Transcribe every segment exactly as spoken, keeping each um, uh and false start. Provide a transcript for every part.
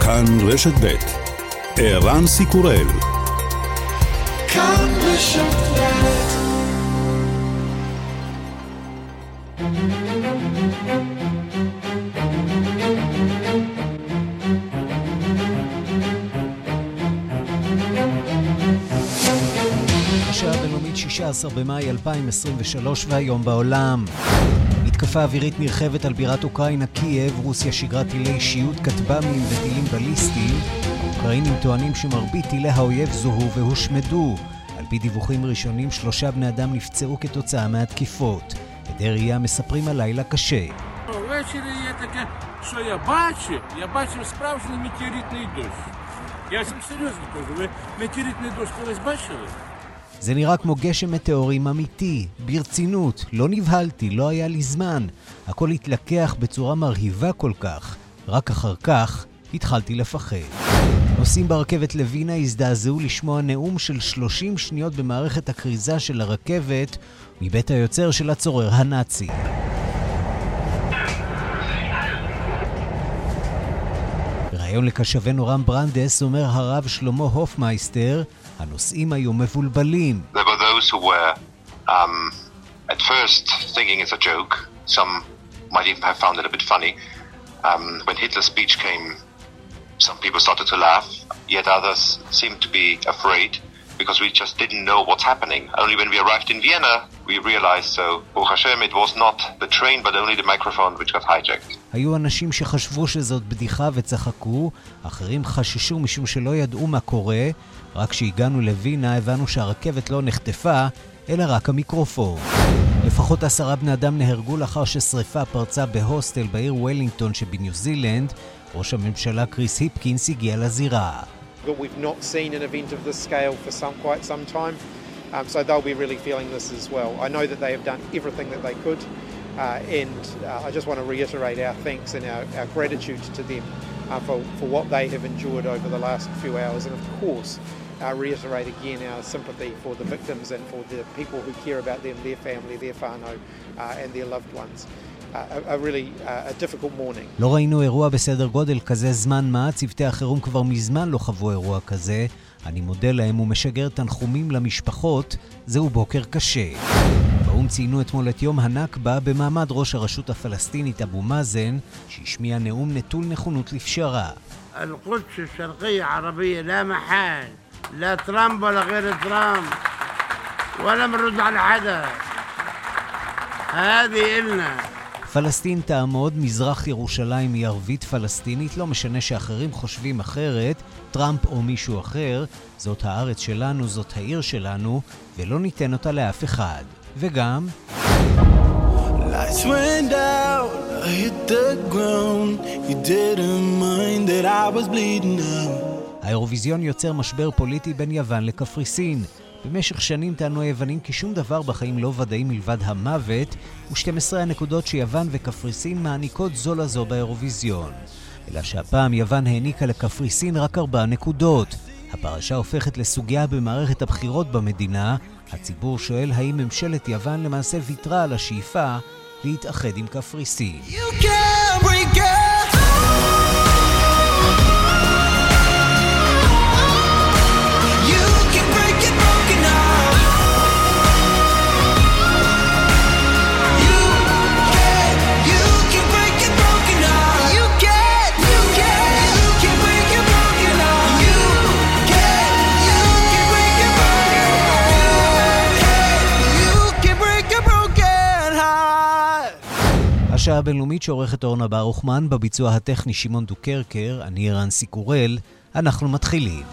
כאן רשת ב' ערן סיקורל. כאן רשת ב'. השעה הבינלאומית שישה עשר במאי אלפיים עשרים ושלוש והיום בעולם. מתקפה אווירית נרחבת על בירת אוקראינה קייב, רוסיה שיגרה טילי אישיות, כטב"מים וטילים בליסטיים. האוקראינים טוענים שמרבית טילי האויב זוהו והושמדו. על פי דיווחים ראשונים שלושה בני אדם נפצעו כתוצאה מהתקיפות. עדי ראייה מספרים על לילה קשה. Ввечері є таке, що я бачив, я бачив справжній метеоритний дощ. Я вам серйозно кажу, ви метеоритний дощ колись бачили? זה נראה כמו גשם מטאורים אמיתי, ברצינות, לא נבהלתי, לא היה לי זמן. הכל התלקח בצורה מרהיבה כל כך. רק אחר כך התחלתי לפחד. נוסעים ברכבת לווינה הזדעזעו לשמוע נאום של שלושים שניות במערכת הכריזה של הרכבת מבית היוצר של הצורר הנאצי. בריאיון לקשבנו רם ברנדס אומר הרב שלמה הופמייסטר, הנוסעים היו מבולבלים. There were those who were um, at first thinking it's a joke. Some might even have found it a bit funny. Um, when Hitler's speech came, some people started to laugh. Yet others seemed to be afraid because we just didn't know what's happening. Only when we arrived in Vienna, we realized, so, Baruch Hashem, it was not the train, but only the microphone which got hijacked. היו אנשים שחשבו שזאת בדיחה וצחקו, אחרים חששו משום שלא ידעו מה קורה. רק כשהגענו לווינה הבנו שהרכבת לא נחטפה, אלא רק המיקרופון. לפחות עשרה בני אדם נהרגו לאחר ששריפה פרצה בהוסטל בעיר וולינגטון שבניו זילנד. ראש הממשלה קריס היפקינס הגיע לזירה. But we've not seen an event of this scale for some quite some time, um, so they'll be really feeling this as well. I know that they have done everything that they could, uh, and uh, I just want to reiterate our thanks and our, our gratitude to them uh, for, for what they have endured over the last few hours, and of course uh, reiterate again our sympathy for the victims and for the people who care about them, their family, their whānau, uh, and their loved ones. A, a really uh, a difficult morning. לא ראינו אירוע בסדר גודל כזה זמן מה, צוותי החירום כבר מזמן לא חוו אירוע כזה. אני מודה להם ומשגר תנחומים למשפחות, זהו בוקר קשה. באום ציינו אתמול את יום הנכבה במעמד ראש הרשות הפלסטינית אבו מאזן, שהשמיע נאום נטול נכונות לפשרה. القدس الشرقية عربية لا محال لا ترامب ولا غير ترامب ولا مرد على حدا هذه إلنا. פלסטין תעמוד, מזרח ירושלים היא ערבית פלסטינית, לא משנה שאחרים חושבים אחרת, טראמפ או מישהו אחר, זאת הארץ שלנו, זאת העיר שלנו, ולא ניתן אותה לאף אחד. וגם Lights went down, I hit the ground, you didn't mind that I was bleeding out. האירוויזיון יוצר משבר פוליטי בין יוון לקפריסין. במשך שנים טענו היוונים כי שום דבר בחיים לא ודאי מלבד המוות, ו-שתים עשרה הנקודות שיוון וקפריסין מעניקות זו לזו באירוויזיון. אלא שהפעם יוון העניקה לקפריסין רק ארבע נקודות. הפרשה הופכת לסוגיה במערכת הבחירות במדינה. הציבור שואל האם ממשלת יוון למעשה ויתרה על השאיפה להתאחד עם קפריסין. You can't break it. השעה הבינלאומית שעורכת אורנה ברוכמן, בביצוע הטכני שמעון דוקרקר, אני ערן סיקורל, אנחנו מתחילים.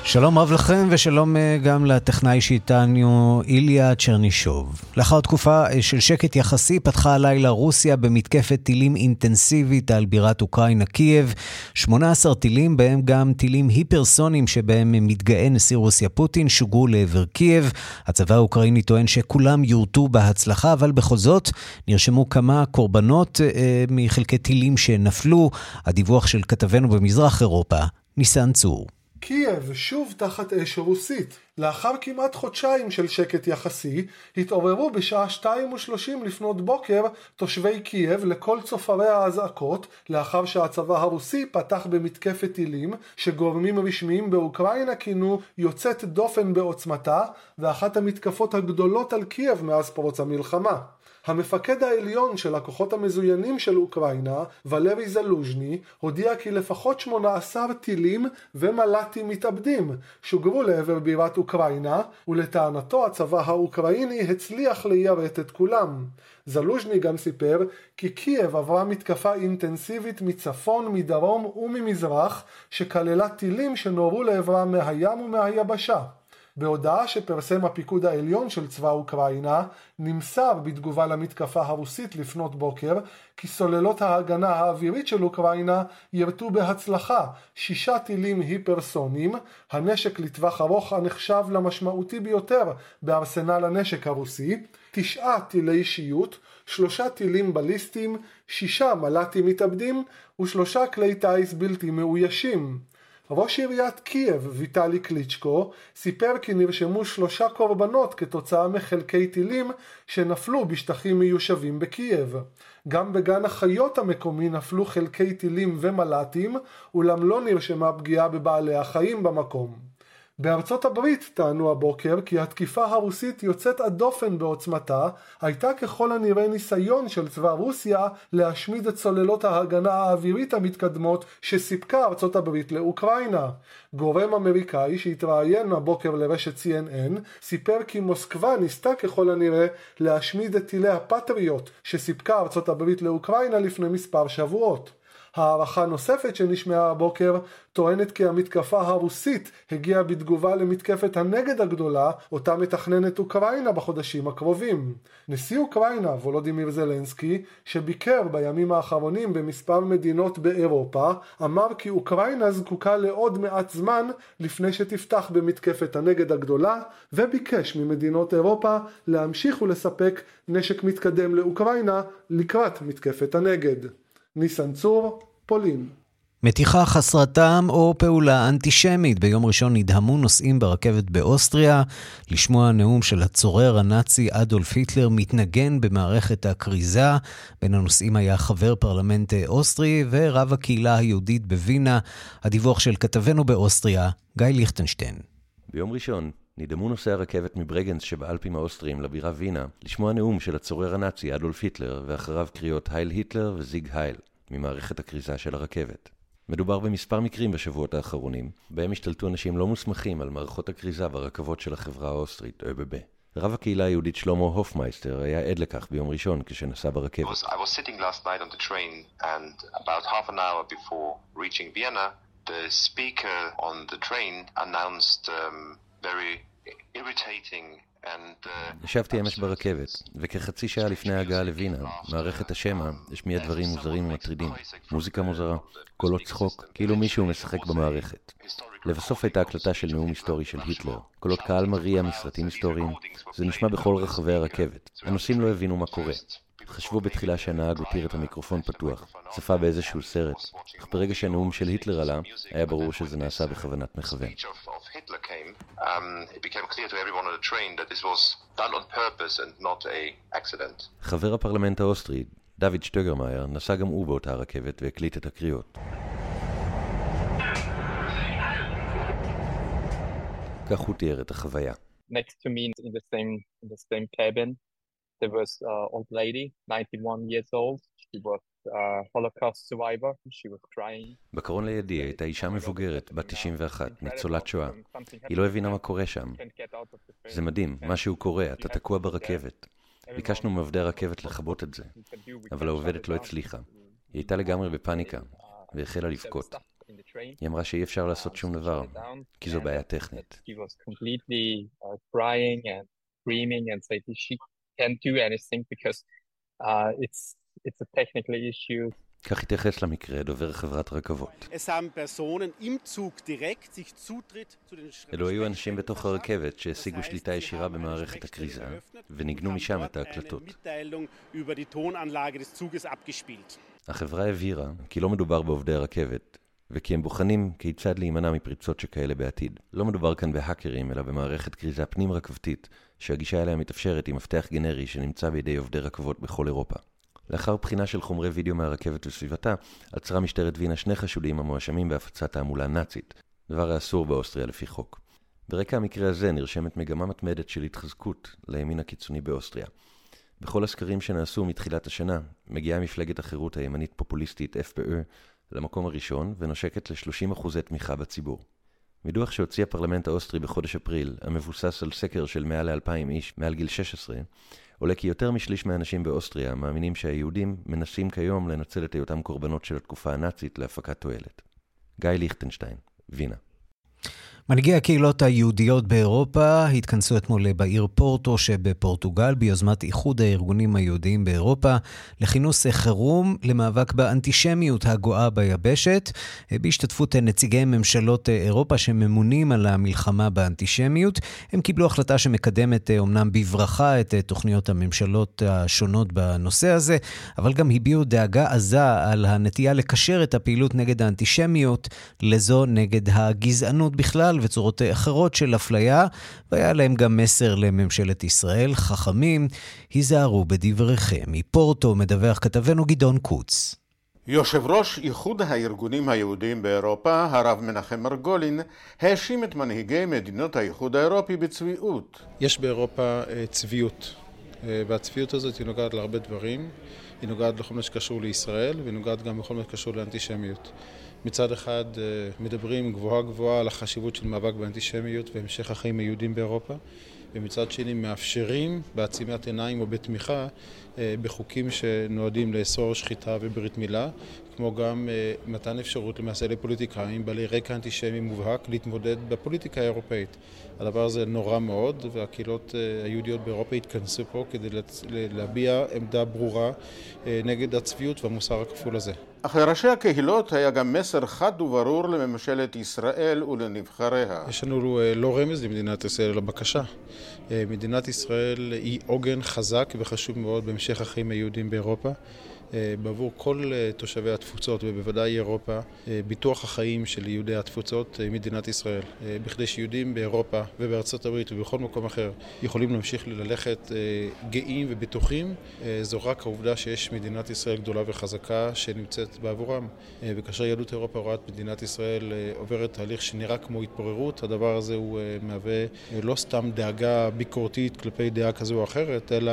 שלום רב לכם ושלום גם לטכנאי שאיתנו איליה צ'רנישוב. לאחר תקופה של שקט יחסי פתחה הלילה רוסיה במתקפת טילים אינטנסיבית על בירת אוקראינה קייב. שמונה עשר טילים, בהם גם טילים היפרסונים שבהם מתגאה נשיא רוסיה פוטין, שוגרו לעבר קייב. הצבא האוקראיני טוען שכולם יורטו בהצלחה, אבל בכל זאת נרשמו כמה קורבנות אה, מחלקי טילים שנפלו. הדיווח של כתבנו במזרח אירופה, ניסן צור. קייב שוב תחת אש רוסית. לאחר כמעט חודשיים של שקט יחסי, התעוררו בשעה שתיים ושלושים לפנות בוקר תושבי קייב לכל צופרי האזעקות, לאחר שהצבא הרוסי פתח במתקפת טילים שגורמים רשמיים באוקראינה כינו יוצאת דופן בעוצמתה, ואחת המתקפות הגדולות על קייב מאז פרוץ המלחמה. המפקד העליון של הכוחות המזוינים של אוקראינה, ולרי זלוז'ני, הודיע כי לפחות שמונה עשר טילים ומל"טים מתאבדים שוגרו לעבר בירת אוקראינה, ולטענתו הצבא האוקראיני הצליח ליירט את כולם. זלוז'ני גם סיפר כי קייב עברה מתקפה אינטנסיבית מצפון, מדרום וממזרח, שכללה טילים שנורו לעברה מהים ומהיבשה. בהודעה שפרסם הפיקוד העליון של צבא אוקראינה, נמסר בתגובה למתקפה הרוסית לפנות בוקר, כי סוללות ההגנה האווירית של אוקראינה ירתו בהצלחה שישה טילים היפרסונים, הנשק לטווח ארוך הנחשב למשמעותי ביותר בארסנל הנשק הרוסי, תשעה טילי שיוט, שלושה טילים בליסטיים, שישה מל"טים מתאבדים ושלושה כלי טייס בלתי מאוישים. ראש עיריית קייב, ויטלי קליצ'קו, סיפר כי נרשמו שלושה קורבנות כתוצאה מחלקי טילים שנפלו בשטחים מיושבים בקייב. גם בגן החיות המקומי נפלו חלקי טילים ומל"טים, אולם לא נרשמה פגיעה בבעלי החיים במקום. בארצות הברית טענו הבוקר כי התקיפה הרוסית יוצאת הדופן בעוצמתה, הייתה ככל הנראה ניסיון של צבא רוסיה להשמיד את סוללות ההגנה האווירית המתקדמות שסיפקה ארצות הברית לאוקראינה. גורם אמריקאי שהתראיין הבוקר לרשת סי אן אן סיפר כי מוסקבה ניסתה ככל הנראה להשמיד את טילי הפטריוט שסיפקה ארצות הברית לאוקראינה לפני מספר שבועות. הערכה נוספת שנשמעה הבוקר טוענת כי המתקפה הרוסית הגיעה בתגובה למתקפת הנגד הגדולה אותה מתכננת אוקראינה בחודשים הקרובים. נשיא אוקראינה וולודימיר זלנסקי, שביקר בימים האחרונים במספר מדינות באירופה, אמר כי אוקראינה זקוקה לעוד מעט זמן לפני שתפתח במתקפת הנגד הגדולה, וביקש ממדינות אירופה להמשיך ולספק נשק מתקדם לאוקראינה לקראת מתקפת הנגד. ניסן צור, פולין. מתיחה חסרת טעם או פעולה אנטישמית. ביום ראשון נדהמו נוסעים ברכבת באוסטריה לשמוע נאום של הצורר הנאצי אדולף היטלר מתנגן במערכת הכריזה. בין הנוסעים היה חבר פרלמנט אוסטרי ורב הקהילה היהודית בווינה. הדיווח של כתבנו באוסטריה, גיא ליכטנשטיין. ביום ראשון נדהמו נוסעי הרכבת מברגנס שבאלפים האוסטריים לבירה וינה לשמוע נאום של הצורר הנאצי אדולף היטלר, ואחריו קריאות הייל היטלר וזיג הייל ממערכת הכריזה של הרכבת. מדובר במספר מקרים בשבועות האחרונים, בהם השתלטו אנשים לא מוסמכים על מערכות הכריזה והרכבות של החברה האוסטרית, ÖBB. רב הקהילה היהודית שלמה הופמייסטר היה עד לכך ביום ראשון כשנסע ברכבת. I was sitting last night on the train and about half an hour before reaching Vienna, the speaker on the train announced um, very irritating and ישבתי אמש ברכבת, וכחצי שעה לפני ההגעה לווינה, מערכת השמע השמיע דברים מוזרים ומטרידים. מוזיקה מוזרה, קולות צחוק, כאילו מישהו משחק במערכת. לבסוף הייתה הקלטה של נאום היסטורי של היטלר. קולות קהל מריע מסרטים היסטוריים, זה נשמע בכל רחבי הרכבת. הנוסעים לא הבינו מה קורה. חשבו בתחילה שהנהג הותיר את המיקרופון פתוח, צפה באיזשהו סרט, אך ברגע שהנאום של היטלר עלה, היה ברור שזה נעשה בכוונת מכוון. חבר הפרלמנט האוסטרי, דוד שטגרמאייר, נסע גם הוא באותה הרכבת והקליט את הקריאות. כך הוא תיאר את החוויה. Next to me in the same in the same cabin there was an old lady, ninety-one years old. She was a Holocaust survivor. She was crying. בקרון לידי הייתה אישה מבוגרת, בת תשעים ואחת, ניצולת שואה. היא לא הבינה מה קורה שם. זה מדהים, משהו קורה, אתה תקוע ברכבת. ביקשנו מעובדי הרכבת לחבות את זה, אבל העובדת לא הצליחה. היא הייתה לגמרי בפאניקה, והחלה לבכות. היא אמרה שאי אפשר לעשות שום דבר, כי זו בעיה טכנית. She was completely uh, crying and screaming and said she can't do anything because uh, it's it's a technical issue. כך התייחס למקרה דובר חברת רכבות. אלו היו אנשים בתוך הרכבת שהשיגו שליטה ישירה במערכת הכריזה וניגנו משם את ההקלטות. החברה הבהירה כי לא מדובר בעובדי הרכבת וכי הם בוחנים כיצד להימנע מפריצות שכאלה בעתיד. לא מדובר כאן בהאקרים אלא במערכת כריזה פנים רכבתית שהגישה אליה מתאפשרת עם מפתח גנרי שנמצא בידי עובדי רכבות בכל אירופה. לאחר בחינה של חומרי וידאו מהרכבת וסביבתה, עצרה משטרת וינה שני חשודים המואשמים בהפצת תעמולה נאצית, דבר האסור באוסטריה לפי חוק. ברקע המקרה הזה נרשמת מגמה מתמדת של התחזקות לימין הקיצוני באוסטריה. בכל הסקרים שנעשו מתחילת השנה, מגיעה מפלגת החירות הימנית פופוליסטית אף פי או למקום הראשון ונושקת ל-שלושים אחוזי תמיכה בציבור. מדוח שהוציא הפרלמנט האוסטרי בחודש אפריל, המבוסס על סקר של מעל ל-אלפיים איש מעל גיל שש עשרה, עולה כי יותר משליש מהאנשים באוסטריה מאמינים שהיהודים מנסים כיום לנצל את היותם קורבנות של התקופה הנאצית להפקת תועלת. גיא ליכטנשטיין, וינה. מנהיגי הקהילות היהודיות באירופה התכנסו אתמול בעיר פורטו שבפורטוגל ביוזמת איחוד הארגונים היהודיים באירופה לכינוס חירום למאבק באנטישמיות הגואה ביבשת בהשתתפות נציגי ממשלות אירופה שממונים על המלחמה באנטישמיות. הם קיבלו החלטה שמקדמת אומנם בברכה את תוכניות הממשלות השונות בנושא הזה, אבל גם הביעו דאגה עזה על הנטייה לקשר את הפעילות נגד האנטישמיות לזו נגד הגזענות בכלל וצורות אחרות של אפליה, והיה להם גם מסר לממשלת ישראל, חכמים, היזהרו בדבריכם. מפורטו מדווח כתבנו גדעון קוץ. יושב ראש איחוד הארגונים היהודיים באירופה, הרב מנחם מרגולין, האשים את מנהיגי מדינות האיחוד האירופי בצביעות. יש באירופה צביעות, והצביעות הזאת היא נוגעת להרבה דברים. היא נוגעת לכל מה שקשור לישראל, והיא נוגעת גם בכל מה שקשור לאנטישמיות. מצד אחד מדברים גבוהה גבוהה על החשיבות של מאבק באנטישמיות והמשך החיים היהודים באירופה, ומצד שני מאפשרים בעצימת עיניים או בתמיכה בחוקים שנועדים לאסור שחיטה וברית מילה, כמו גם מתן אפשרות למעשה לפוליטיקאים בעלי רקע אנטישמי מובהק להתמודד בפוליטיקה האירופאית. הדבר הזה נורא מאוד, והקהילות היהודיות באירופה התכנסו פה כדי להביע עמדה ברורה נגד הצביעות והמוסר הכפול הזה. אך לראשי הקהילות היה גם מסר חד וברור לממשלת ישראל ולנבחריה. יש לנו לא רמז למדינת ישראל, אלא בקשה. מדינת ישראל היא עוגן חזק וחשוב מאוד בהמשך החיים היהודים באירופה. בעבור כל תושבי התפוצות ובוודאי אירופה, ביטוח החיים של יהודי התפוצות מדינת ישראל. בכדי שיהודים באירופה ובארצות הברית ובכל מקום אחר יכולים להמשיך ללכת גאים ובטוחים, זו רק העובדה שיש מדינת ישראל גדולה וחזקה שנמצאת בעבורם. וכאשר יהדות אירופה רואה את מדינת ישראל עוברת תהליך שנראה כמו התפוררות, הדבר הזה הוא מהווה לא סתם דאגה ביקורתית כלפי דעה כזו או אחרת, אלא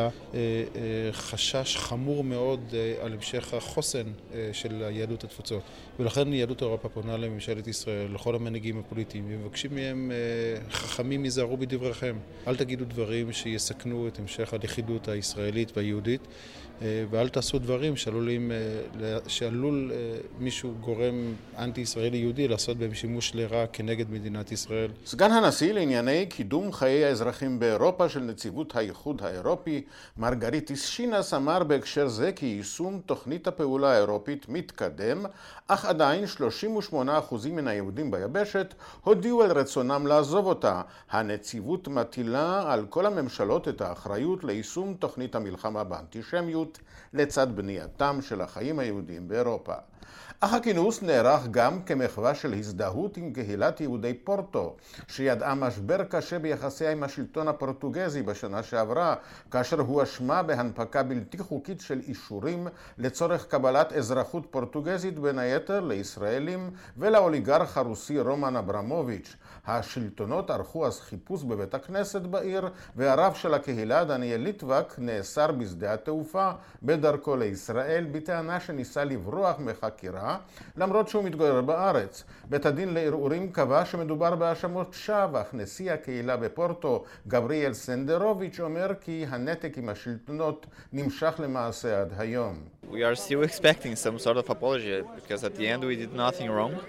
חשש חמור מאוד על המשך החוסן של יהדות התפוצות. ולכן יהדות אירופה פונה לממשלת ישראל, לכל המנהיגים הפוליטיים, ומבקשים מהם חכמים היזהרו בדבריכם. אל תגידו דברים שיסכנו את המשך הלכידות הישראלית והיהודית, ואל תעשו דברים שעלולים, שעלול מישהו גורם אנטי-ישראלי יהודי לעשות בהם שימוש לרע כנגד מדינת ישראל. סגן הנשיא לענייני קידום חיי האזרחים באירופה של נציבות האיחוד האירופי, מרגריטיס שינס, אמר בהקשר זה כי יישום תוכנית הפעולה האירופית מתקדם, אך עדיין שלושים ושמונה אחוז מן היהודים ביבשת הודיעו על רצונם לעזוב אותה. הנציבות מטילה על כל הממשלות את האחריות ליישום תוכנית המלחמה באנטישמיות לצד בנייתם של החיים היהודים באירופה. אך הכינוס נערך גם כמחווה של הזדהות עם קהילת יהודי פורטו, שידעה משבר קשה ביחסיה עם השלטון הפורטוגזי בשנה שעברה, כאשר הואשמה בהנפקה בלתי חוקית של אישורים לצורך קבלת אזרחות פורטוגזית בין היתר לישראלים ולאוליגרך הרוסי רומן אברמוביץ'. השלטונות ערכו אז חיפוש בבית הכנסת בעיר, והרב של הקהילה דניאל ליטבק נאסר בשדה התעופה בדרכו לישראל בטענה שניסה לברוח מחקירה, למרות שהוא מתגורר בארץ. בית הדין לערעורים קבע שמדובר בהאשמות שווא, אך נשיא הקהילה בפורטו, גבריאל סנדרוביץ', אומר כי הנתק עם השלטונות נמשך למעשה עד היום. We are still expecting some sort of apology because at the end we did nothing wrong.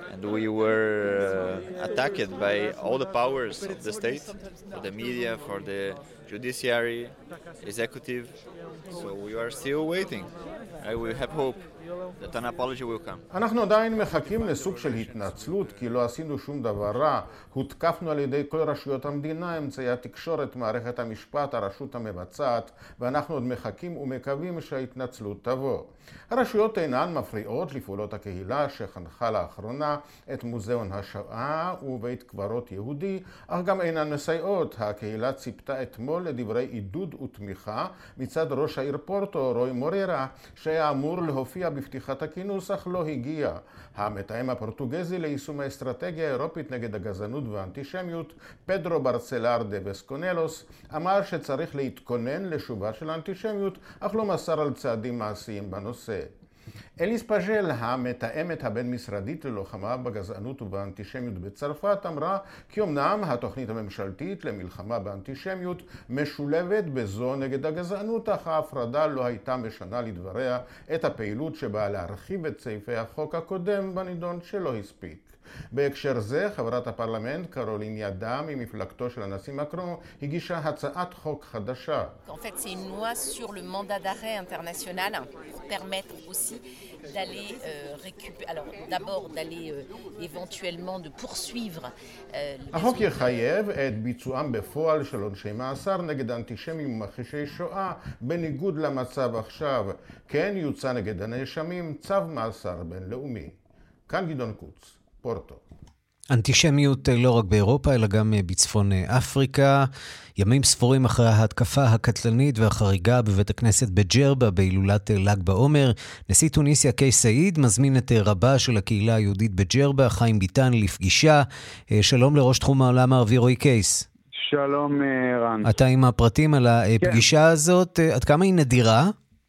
and we were uh, attacked by all the powers of the state, for the media, for the judiciary, executive. So we are still waiting. I will have hope that an apology will come. אנחנו עדיין מחכים לסוג של התנצלות, כי לא עשינו שום דבר רע. הותקפנו על ידי כל רשויות המדינה, אמצעי התקשורת, מערכת המשפט, הרשות המבצעת, ואנחנו עוד מחכים ומקווים שההתנצלות תבוא. הרשויות אינן מפריעות לפעולות הקהילה שחנכה לאחרונה את מוזיאון השואה ובית קברות יהודי, אך גם אינן מסייעות. הקהילה ציפתה אתמול לדברי עידוד ותמיכה מצד ראש העיר פורטו, רוי מוררה, שהיה אמור להופיע בפתיחת הכינוס, אך לא הגיע. המתאם הפורטוגזי ליישום האסטרטגיה האירופית נגד הגזענות והאנטישמיות, פדרו ברצלר דה וסקונלוס, אמר שצריך להתכונן לשובה של האנטישמיות, אך לא מסר על צעדים מעשיים בנושא. אליס פאז'ל, המתאמת הבין-משרדית ללוחמה בגזענות ובאנטישמיות בצרפת, אמרה כי אמנם התוכנית הממשלתית למלחמה באנטישמיות משולבת בזו נגד הגזענות, אך ההפרדה לא הייתה משנה לדבריה את הפעילות שבאה להרחיב את סעיפי החוק הקודם בנידון שלא הספיק. בהקשר זה, חברת הפרלמנט קרולין ידה ממפלגתו של הנשיא מקרון הגישה הצעת חוק חדשה. En fait, c'est une loi sur le mandat d'arrêt international pour permettre aussi d'aller euh, récupérer, alors d'abord d'aller euh, éventuellement de poursuivre euh, החוק יחייב את ביצועם בפועל של עונשי מאסר נגד אנטישמים ומכחישי שואה, בניגוד למצב עכשיו. כן יוצא נגד הנאשמים צו מאסר בינלאומי. כאן גדעון קוץ, פורטו. אנטישמיות לא רק באירופה, אלא גם בצפון אפריקה. ימים ספורים אחרי ההתקפה הקטלנית והחריגה בבית הכנסת בג'רבה בהילולת ל"ג בעומר, נשיא טוניסיה קייס סעיד מזמין את רבה של הקהילה היהודית בג'רבה, חיים ביטן, לפגישה. שלום לראש תחום העולם הערבי רועי קייס. שלום רן. אתה עם הפרטים על הפגישה כן. הזאת, עד כמה היא נדירה?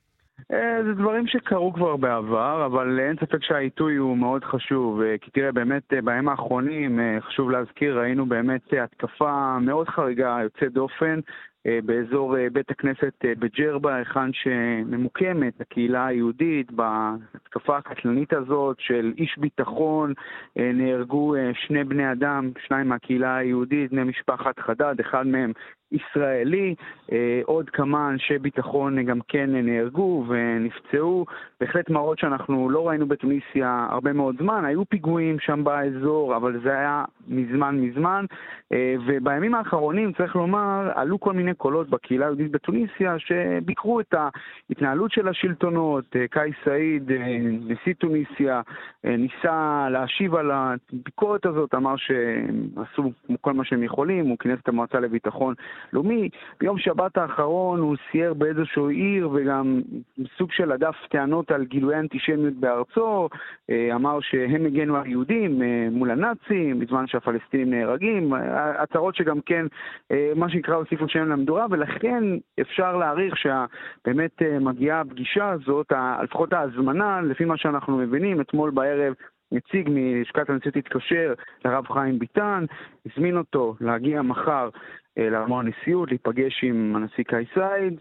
זה דברים שקרו כבר בעבר, אבל אין ספק שהעיתוי הוא מאוד חשוב, כי תראה, באמת בימים האחרונים, חשוב להזכיר, ראינו באמת התקפה מאוד חריגה, יוצאת דופן, באזור בית הכנסת בג'רבה, היכן שממוקמת הקהילה היהודית. בהתקפה הקטלנית הזאת של איש ביטחון נהרגו שני בני אדם, שניים מהקהילה היהודית, בני משפחת חדד, אחד מהם ישראלי, עוד כמה אנשי ביטחון גם כן נהרגו ונפצעו. בהחלט מראות שאנחנו לא ראינו בתוניסיה הרבה מאוד זמן. היו פיגועים שם באזור, אבל זה היה מזמן מזמן, ובימים האחרונים צריך לומר עלו כל מיני קולות בקהילה היהודית בתוניסיה שביקרו את ההתנהלות של השלטונות. קייס סעיד, נשיא תוניסיה, ניסה להשיב על הביקורת הזאת, אמר שעשו כל מה שהם יכולים, הוא כינס את המועצה לביטחון לאומי. ביום שבת האחרון הוא סייר באיזשהו עיר וגם סוג של הדף טענות על גילוי אנטישמיות בארצו, אמר שהם הגנו על יהודים מול הנאצים בזמן שהפלסטינים נהרגים, הצהרות שגם כן מה שנקרא הוסיפו שם למדורה, ולכן אפשר להעריך שבאמת מגיעה הפגישה הזאת, לפחות ההזמנה, לפי מה שאנחנו מבינים, אתמול בערב נציג מלשכת הנשיאות התקשר לרב חיים ביטן, הזמין אותו להגיע מחר לארמון הנשיאות, להיפגש עם הנשיא קייס סעיד,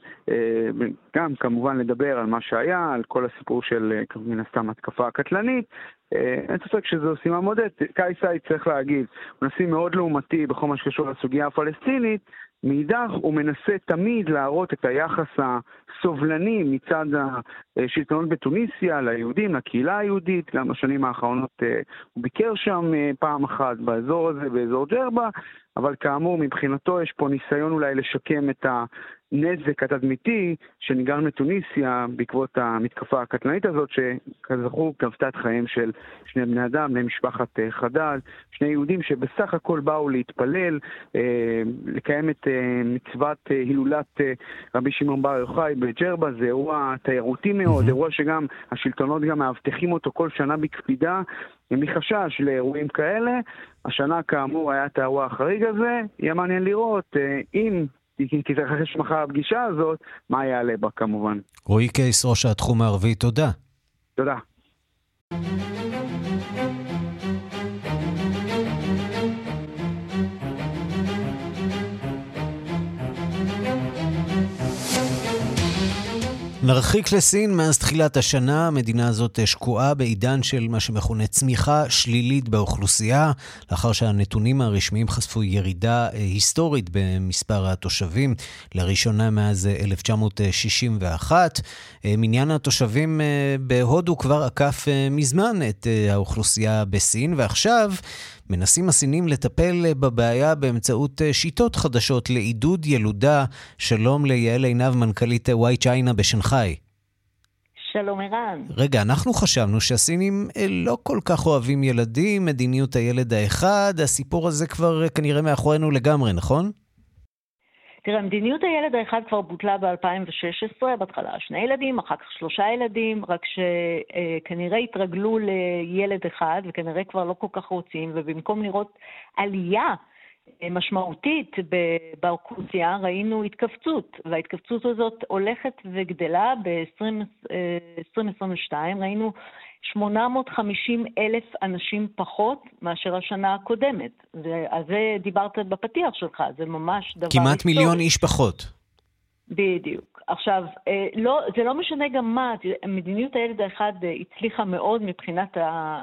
גם כמובן לדבר על מה שהיה, על כל הסיפור של מן הסתם התקפה הקטלנית. אין ספק שזו שימה מודדת. קייס סעיד, צריך להגיד, הוא נשיא מאוד לעומתי בכל מה שקשור לסוגיה הפלסטינית, מאידך הוא מנסה תמיד להראות את היחס הסובלני מצד השלטונות בתוניסיה ליהודים, לקהילה היהודית. גם בשנים האחרונות הוא ביקר שם פעם אחת באזור הזה, באזור ג'רבה, אבל כאמור מבחינתו יש פה ניסיון אולי לשקם את הנזק התדמיתי שנגרם לתוניסיה בעקבות המתקפה הקטלנית הזאת, שכזכור גבתה את חיים של שני בני אדם, בני משפחת חדד, שני יהודים שבסך הכל באו להתפלל, לקיים את מצוות הילולת רבי שמעון בר יוחאי בג'רבה. זה אירוע תיירותי מאוד, אירוע שגם השלטונות גם מאבטחים אותו כל שנה בקפידה, מחשש לאירועים כאלה. השנה כאמור היה את האירוע החריג הזה, יהיה מעניין לראות אם תתרחש מחר הפגישה הזאת, מה יעלה בה כמובן. רועי קייס, ראש התחום הערבי, תודה. תודה. נרחיק לסין. מאז תחילת השנה המדינה הזאת שקועה בעידן של מה שמכונה צמיחה שלילית באוכלוסייה, לאחר שהנתונים הרשמיים חשפו ירידה היסטורית במספר התושבים, לראשונה מאז אלף תשע מאות שישים ואחת. מניין התושבים בהודו כבר עקף מזמן את האוכלוסייה בסין, ועכשיו מנסים הסינים לטפל בבעיה באמצעות שיטות חדשות לעידוד ילודה. שלום ליעל עינב, מנכ"לית וואי צ'יינה בשנגחאי. שלום ערן. רגע, אנחנו חשבנו שהסינים לא כל כך אוהבים ילדים, מדיניות הילד האחד, הסיפור הזה כבר כנראה מאחורינו לגמרי, נכון? תראה, מדיניות הילד האחד כבר בוטלה ב-אלפיים ושש עשרה, בהתחלה שני ילדים, אחר כך שלושה ילדים, רק שכנראה התרגלו לילד אחד, וכנראה כבר לא כל כך רוצים, ובמקום לראות עלייה משמעותית באוכלוסייה, ראינו התכווצות, וההתכווצות הזאת הולכת וגדלה ב-עשרים עשרים ושתיים, ראינו שמונה מאות וחמישים אלף אנשים פחות מאשר השנה הקודמת. ועל זה דיברת בפתיח שלך, זה ממש דבר היסטורי. כמעט מיליון איש פחות. בדיוק. עכשיו, לא, זה לא משנה גם מה, מדיניות הילד האחד הצליחה מאוד מבחינת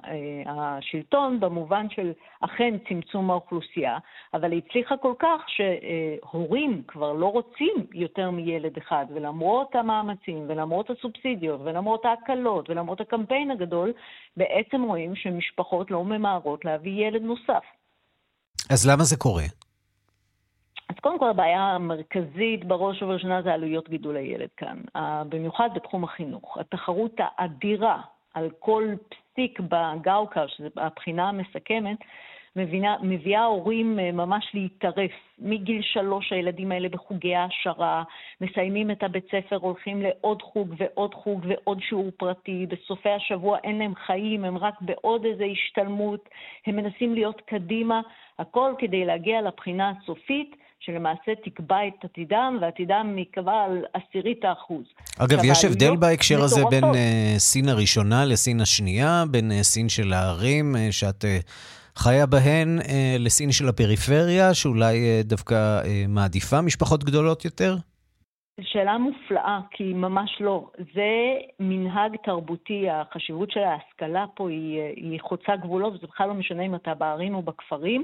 השלטון, במובן של אכן צמצום האוכלוסייה, אבל היא הצליחה כל כך שהורים כבר לא רוצים יותר מילד אחד, ולמרות המאמצים, ולמרות הסובסידיות, ולמרות ההקלות, ולמרות הקמפיין הגדול, בעצם רואים שמשפחות לא ממהרות להביא ילד נוסף. אז למה זה קורה? אז קודם כל הבעיה המרכזית בראש ובראשונה זה עלויות גידול הילד כאן, במיוחד בתחום החינוך. התחרות האדירה על כל פסיק בגאוקר, שזו הבחינה המסכמת, מבינה, מביאה הורים ממש להתערף. מגיל שלוש הילדים האלה בחוגי העשרה, מסיימים את הבית ספר, הולכים לעוד חוג ועוד חוג ועוד שיעור פרטי, בסופי השבוע אין להם חיים, הם רק בעוד איזו השתלמות, הם מנסים להיות קדימה, הכל כדי להגיע לבחינה הסופית, שלמעשה תקבע את עתידם, ועתידם נקבע על עשירית האחוז. אגב, יש הבדל בהקשר הזה בין סין הראשונה לסין השנייה, בין סין של הערים, שאת חיה בהן, לסין של הפריפריה, שאולי דווקא מעדיפה משפחות גדולות יותר? שאלה מופלאה, כי ממש לא. זה מנהג תרבותי, החשיבות של ההשכלה פה היא, היא חוצה גבולות, וזה בכלל לא משנה אם אתה בערים או בכפרים,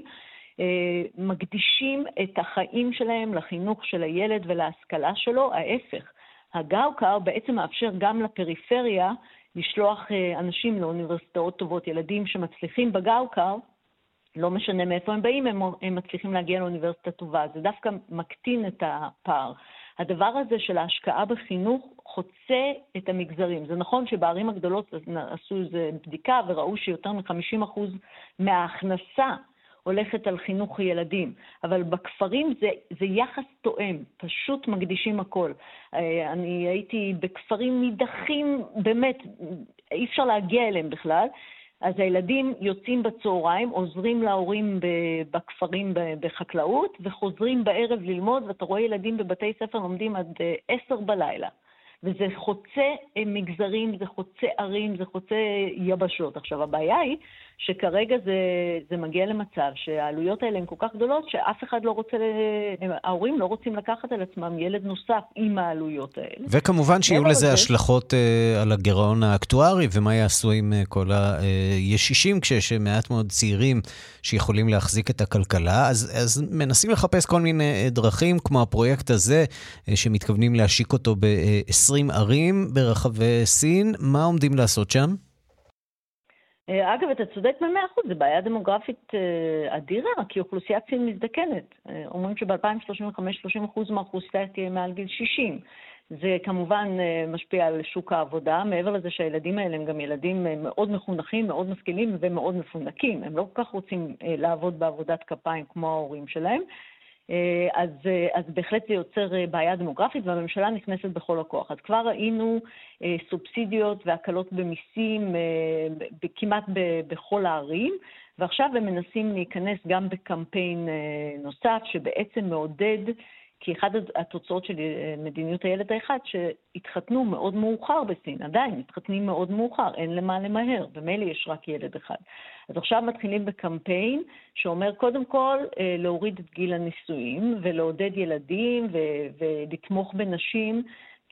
מקדישים את החיים שלהם לחינוך של הילד ולהשכלה שלו. ההפך, הגאוקר בעצם מאפשר גם לפריפריה לשלוח אנשים לאוניברסיטאות טובות, ילדים שמצליחים בגאוקר, לא משנה מאיפה הם באים, הם, הם מצליחים להגיע לאוניברסיטה טובה. זה דווקא מקטין את הפער. הדבר הזה של ההשקעה בחינוך חוצה את המגזרים. זה נכון שבערים הגדולות עשו איזו בדיקה וראו שיותר מ-חמישים אחוז מההכנסה הולכת על חינוך ילדים, אבל בכפרים זה, זה יחס תואם, פשוט מקדישים הכל. אני הייתי בכפרים נידחים, באמת, אי אפשר להגיע אליהם בכלל, אז הילדים יוצאים בצהריים, עוזרים להורים בכפרים בחקלאות, וחוזרים בערב ללמוד, ואתה רואה ילדים בבתי ספר לומדים עד עשר בלילה. וזה חוצה מגזרים, זה חוצה ערים, זה חוצה יבשות. עכשיו, הבעיה היא שכרגע זה, זה מגיע למצב שהעלויות האלה הן כל כך גדולות, שאף אחד לא רוצה, ההורים לא רוצים לקחת על עצמם ילד נוסף עם העלויות האלה. וכמובן שיהיו לזה זה... השלכות uh, על הגירעון האקטוארי, ומה יעשו עם uh, כל הישישים, כשיש מעט מאוד צעירים שיכולים להחזיק את הכלכלה. אז, אז מנסים לחפש כל מיני דרכים, כמו הפרויקט הזה, uh, שמתכוונים להשיק אותו ב-עשרים ערים ברחבי סין. מה עומדים לעשות שם? אגב, אתה צודק ב-מאה אחוז, זה בעיה דמוגרפית אדירה, כי אוכלוסיית סין מזדקנת. אומרים שב-אלפיים שלושים וחמש שלושים אחוז מהאוכלוסייה תהיה מעל גיל שישים. זה כמובן משפיע על שוק העבודה, מעבר לזה שהילדים האלה הם גם ילדים מאוד מחונכים, מאוד משכילים ומאוד מפונקים. הם לא כל כך רוצים לעבוד בעבודת כפיים כמו ההורים שלהם. אז, אז בהחלט זה יוצר בעיה דמוגרפית, והממשלה נכנסת בכל הכוח. אז כבר ראינו סובסידיות והקלות במיסים כמעט בכל הערים, ועכשיו הם מנסים להיכנס גם בקמפיין נוסף שבעצם מעודד, כי אחד התוצאות של מדיניות הילד האחד שהתחתנו מאוד מאוחר בסין, עדיין מתחתנים מאוד מאוחר, אין למה למהר, במילא יש רק ילד אחד. אז עכשיו מתחילים בקמפיין שאומר קודם כל להוריד את גיל הנישואים ולעודד ילדים ו- ולתמוך בנשים,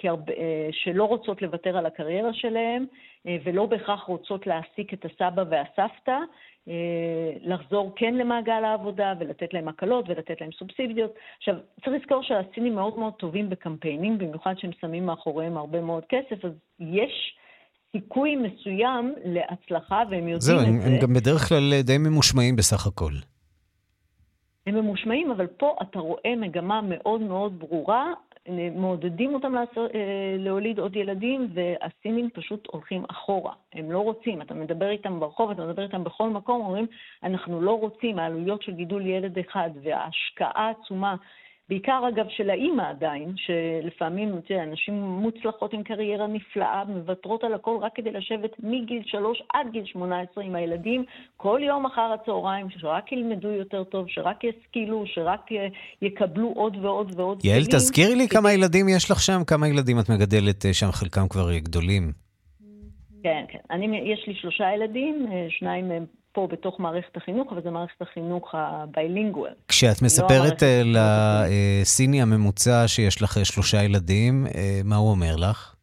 שלא רוצות לוותר על הקריירה שלהם, ולא בהכרח רוצות להעסיק את הסבא והסבתא, לחזור כן למעגל העבודה ולתת להם הקלות ולתת להם סובסידיות. עכשיו, צריך לזכור שהסינים מאוד מאוד טובים בקמפיינים, במיוחד שהם שמים מאחוריהם הרבה מאוד כסף, אז יש סיכוי מסוים להצלחה, והם יודעים זהו, את הם, זה. הם גם בדרך כלל די ממושמעים בסך הכל. הם ממושמעים, אבל פה אתה רואה מגמה מאוד מאוד ברורה, מעודדים אותם לעשות, להוליד עוד ילדים, והסינים פשוט הולכים אחורה. הם לא רוצים, אתה מדבר איתם ברחוב, אתה מדבר איתם בכל מקום, אומרים, אנחנו לא רוצים, העלויות של גידול ילד אחד, וההשקעה עצומה, בעיקר אגב של האמא עדיין, שלפעמים אנשים מוצלחות עם קריירה נפלאה, מבטרות על הכל רק כדי לשבת מגיל שלוש עד גיל שמונה עשרה עם הילדים, כל יום אחר הצהריים, שרק ילמדו יותר טוב, שרק ישכילו, שרק יקבלו עוד ועוד ועוד. יעל, תזכירי לי כמה ילדים יש לך שם, כמה ילדים את מגדלת שם, חלקם כבר גדולים. כן, כן. אני, יש לי שלושה ילדים, שניים מהם פה בתוך מערכת החינוך, אבל זה מערכת החינוך הביילינגואל. כשאת מספרת לסיני הממוצע שיש לך שלושה ילדים, מה הוא אומר לך?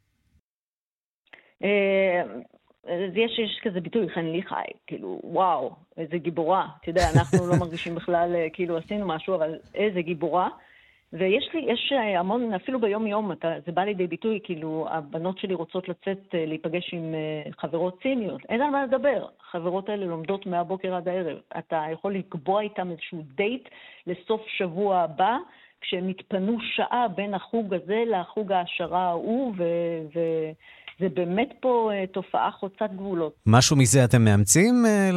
יש, יש כזה ביטוי, חן לי חי, כאילו, וואו, איזה גיבורה. אתה יודע, אנחנו לא מרגישים בכלל, כאילו, עשינו משהו, אבל איזה גיבורה. ויש לי, יש המון, אפילו ביום יום, אתה, זה בא לידי ביטוי, כאילו, הבנות שלי רוצות לצאת, להיפגש עם חברות סיניות. אין על מה לדבר. החברות האלה לומדות מהבוקר עד הערב. אתה יכול לקבוע איתם איזשהו דייט לסוף שבוע הבא, כשהם התפנו שעה בין החוג הזה לחוג העשרה ההוא, ו... ו זה באמת פה תופעה חוצת גבולות. משהו מזה אתם מאמצים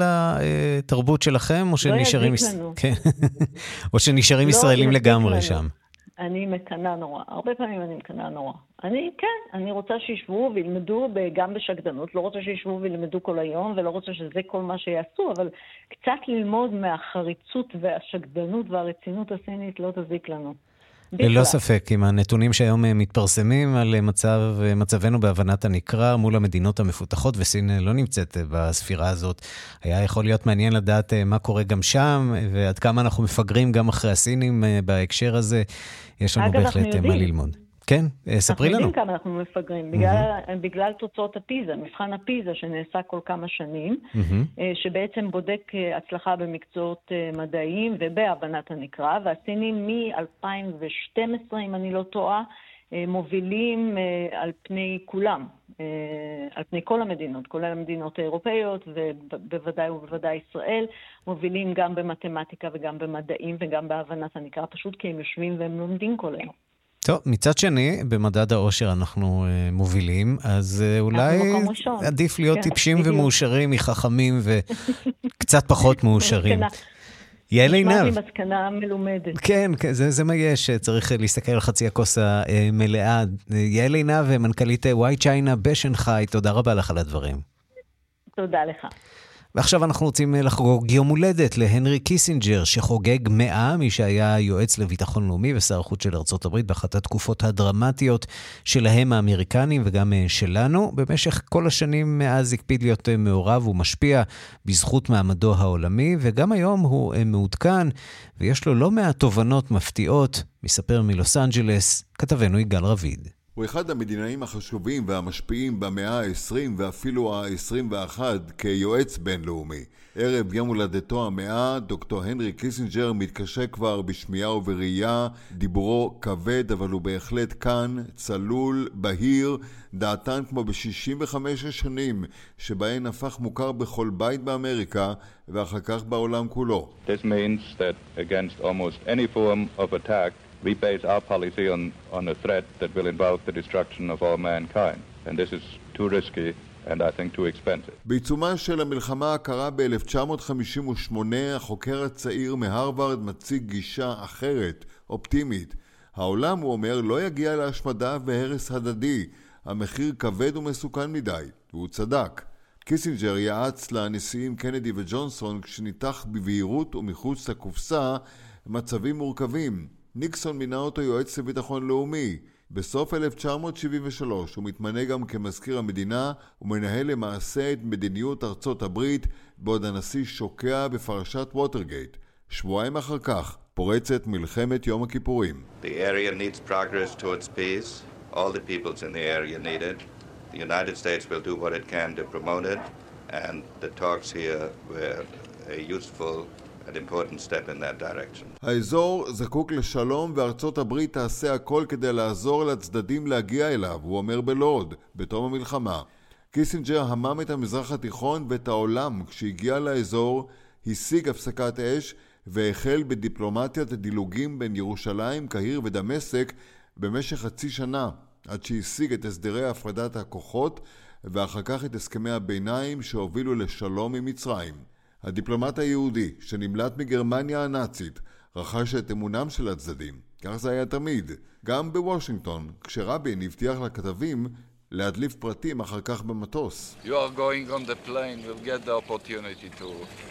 לתרבות שלכם, או שנשארים, כן. או שנשארים ישראלים לגמרי שם? אני מקנה נורא. הרבה פעמים אני מקנה נורא. אני, כן, אני רוצה שישבו וילמדו גם בשקדנות, לא רוצה שישבו וילמדו כל היום, ולא רוצה שזה כל מה שיעשו, אבל קצת ללמוד מהחריצות והשקדנות והרצינות הסינית לא תזיק לנו. ללא ספק, עם הנתונים שהיום מתפרסמים על מצב, מצבנו בהבנת הנקרא מול המדינות המפותחות, וסין לא נמצאת בספירה הזאת, היה יכול להיות מעניין לדעת מה קורה גם שם, ועד כמה אנחנו מפגרים גם אחרי הסינים בהקשר הזה, יש לנו בהחלט מה ללמוד. כן, ספרי לנו. אנחנו יודעים כמה אנחנו מפגרים, בגלל, בגלל תוצאות הפיזה, מבחן הפיזה שנעשה כל כמה שנים, שבעצם בודק הצלחה במקצועות מדעיים ובהבנת הנקרא, והסינים מ-אלפיים ושתים עשרה, אם אני לא טועה, מובילים על פני כולם, על פני כל המדינות, כולל המדינות האירופאיות, ובוודאי ובוודאי ישראל, מובילים גם במתמטיקה וגם במדעים וגם בהבנת הנקרא, פשוט כי הם יושבים והם לומדים כל היום. טוב, מצד שני, במדד העושר אנחנו uh, מובילים, אז uh, אולי עדיף להיות כן, טיפשים בדיוק. ומאושרים מחכמים וקצת פחות מאושרים. יעל עינב. נשמע לי מסקנה מלומדת. כן, זה, זה מה יש, צריך להסתכל על חצי הכוס המלאה. יעל עינב, מנכ"לית וואי צ'יינה בשנגחאי, תודה רבה לך על הדברים. תודה לך. ועכשיו אנחנו רוצים לחגוג יום הולדת להנרי קיסינג'ר, שחוגג מאה, מי שהיה יועץ לביטחון לאומי ושר החוץ של ארצות הברית באחת התקופות הדרמטיות שלהם האמריקנים וגם שלנו. במשך כל השנים מאז הקפיד להיות מעורב ומשפיע בזכות מעמדו העולמי, וגם היום הוא מעודכן ויש לו לא מעט תובנות מפתיעות. מספר מלוס אנג'לס, כתבנו יגאל רביד. הוא אחד המדינאים החשובים והמשפיעים במאה ה-עשרים ואפילו ה-עשרים ואחת כיועץ בינלאומי. ערב יום הולדתו המאה, דוקטור הנרי קיסינג'ר מתקשה כבר בשמיעה ובראייה, דיבורו כבד אבל הוא בהחלט כאן, צלול, בהיר, דעתן כמו ב-שישים וחמש השנים שבהן הפך מוכר בכל בית באמריקה ואחר כך בעולם כולו. This means that against almost any form of attack we base our policy on, on a threat that will involve the destruction of all mankind. And this is too risky and I think too expensive. בעיצומה של המלחמה הקרה ב-אלף תשע מאות חמישים ושמונה, החוקר הצעיר מהרווארד מציג גישה אחרת, אופטימית. העולם, הוא אומר, לא יגיע להשמדה והרס הדדי. המחיר כבד ומסוכן מדי, והוא צדק. קיסינג'ר יעץ לנשיאים קנדי וג'ונסון כשניתח בבהירות ומחוץ לקופסה מצבים מורכבים. ניקסון מינה אותו יועץ לביטחון לאומי. בסוף אלף תשע מאות שבעים ושלוש הוא מתמנה גם כמזכיר המדינה ומנהל למעשה את מדיניות ארצות הברית, בעוד הנשיא שוקע בפרשת ווטרגייט. שבועיים אחר כך פורצת מלחמת יום הכיפורים. The area needs progress towards peace. all the peoples in the area need it. The United States will do what it can to promote it, and the talks here were a useful and important step in that direction. האזור זקוק לשלום וארצות הברית תעשה הכל כדי לעזור לצדדים להגיע אליו, הוא אומר בלורד, בתום המלחמה. קיסינג'ר המם את המזרח התיכון ואת העולם כשהגיע לאזור, השיג הפסקת אש והחל בדיפלומטיית הדילוגים בין ירושלים, קהיר ודמשק במשך חצי שנה, עד שהשיג את הסדרי הפרדת הכוחות ואחר כך את הסכמי הביניים שהובילו לשלום עם מצרים. הדיפלומט היהודי שנמלט מגרמניה הנאצית רכש את אמונם של הצדדים. כך זה היה תמיד. גם בוושינגטון, כשרבין הבטיח לכתבים להדליף פרטים אחר כך במטוס. You are going on the plane, we'll get the opportunity to...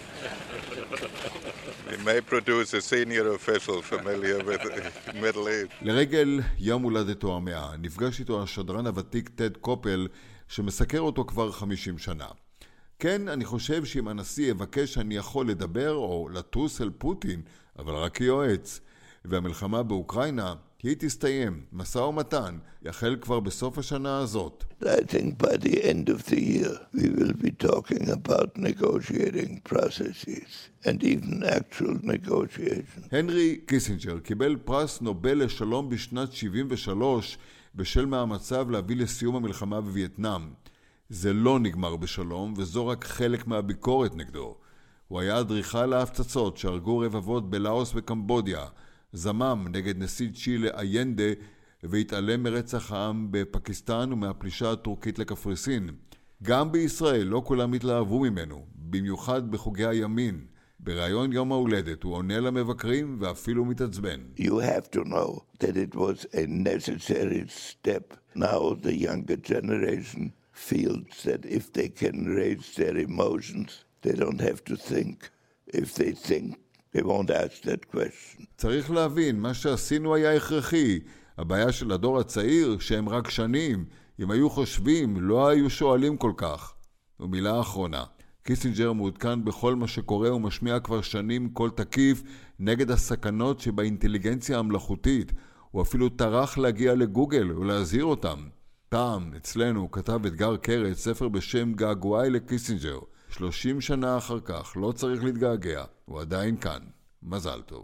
We may produce a senior official familiar with Middle East. לרגל יום הולדתו המאה, נפגש איתו השדרן הוותיק טד קופל, שמסקר אותו כבר חמישים שנה. כן, אני חושב שאם הנשיא יבקש שאני יכול לדבר או לטוס אל פוטין, אבל רק כיועץ. והמלחמה באוקראינה היא תסתיים, משא ומתן, יחל כבר בסוף השנה הזאת. I think by the end of the year we will be talking about negotiating processes and even actual negotiations. הנרי קיסינג'ר קיבל פרס נובל לשלום בשנת שבעים ושלוש בשל מאמציו להביא לסיום המלחמה בווייטנאם. זה לא נגמר בשלום וזו רק חלק מהביקורת נגדו. הוא היה אדריכל להפצצות שהרגו רבבות בלאוס וקמבודיה, זמם נגד נשיא צ'ילה איינדה והתעלם מרצח העם בפקיסטן ומהפלישה הטורקית לקפריסין. גם בישראל לא כולם התלהבו ממנו, במיוחד בחוגי הימין. בראיון יום ההולדת הוא עונה למבקרים ואפילו מתעצבן. You have to know that it was a necessary step. Now the younger generation feels that if they can raise their emotions, they don't have to think. If they think, they won't ask that question. צריך להבין, מה שעשינו היה הכרחי. הבעיה של הדור הצעיר, שהם רק שנים, אם היו חושבים, לא היו שואלים כל כך. ומילה אחרונה, קיסינג'ר מעודכן בכל מה שקורה ומשמיע כבר שנים קול תקיף נגד הסכנות שבאינטליגנציה המלאכותית. הוא אפילו טרח להגיע לגוגל ולהזהיר אותם. פעם, אצלנו, כתב אתגר קרת ספר בשם געגועי לקיסינג'ר. שלושים שנה אחר כך, לא צריך להתגעגע, הוא עדיין כאן. מזל טוב.